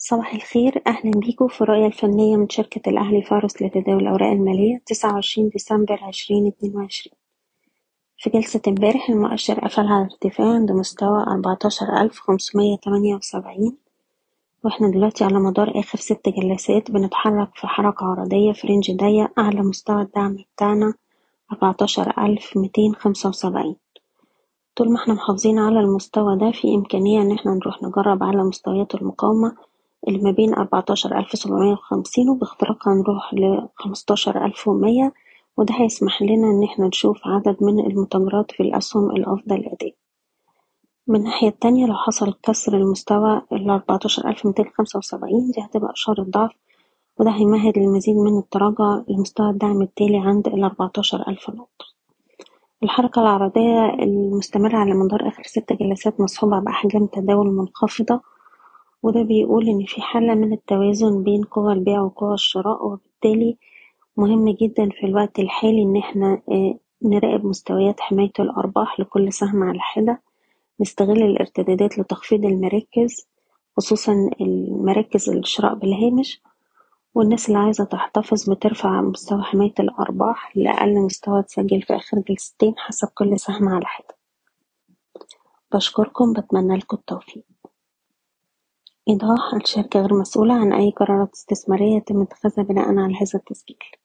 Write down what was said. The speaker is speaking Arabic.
صباح الخير، أهلا بيكم في الرؤية الفنية من شركة الأهلي فارس لتداول الأوراق المالية 29 ديسمبر 2022. في جلسة امبارح المؤشر قفل على ارتفاع عند مستوى 14578، واحنا دلوقتي على مدار آخر 6 جلسات بنتحرك في حركة عرضية في رينج ضيق. أعلى مستوى الدعم بتاعنا 14275. طول ما احنا محافظين على المستوى ده في إمكانية إن احنا نروح نجرب على مستويات المقاومة اللي ما بين 14750 وباختراقها نروح ل15100، وده هيسمح لنا إن احنا نشوف عدد من المتغيرات في الأسهم الأفضل أداء. من الناحية التانية لو حصل كسر المستوى 14275 دي هتبقى إشارة ضعف، وده هيمهد للمزيد من التراجع لمستوى الدعم التالي عند 14000 نقطة. الحركة العرضية المستمرة على مدار آخر 6 جلسات مصحوبة بأحجام تداول منخفضة، وده بيقول إن في حالة من التوازن بين قوى البيع وقوى الشراء، وبالتالي مهم جدا في الوقت الحالي إن احنا نراقب مستويات حماية الأرباح لكل سهم على حدة، نستغل الارتدادات لتخفيض المراكز خصوصا المراكز الشراء بالهامش، والناس اللي عايزة تحتفظ بترفع مستوى حماية الأرباح لأقل مستوى تسجل في آخر جلستين حسب كل سهم على حدة. بشكركم، بتمنى لكم التوفيق. إيضاح: الشركة غير مسؤولة عن أي قرارات استثمارية يتم اتخاذها بناء على هذا التسجيل.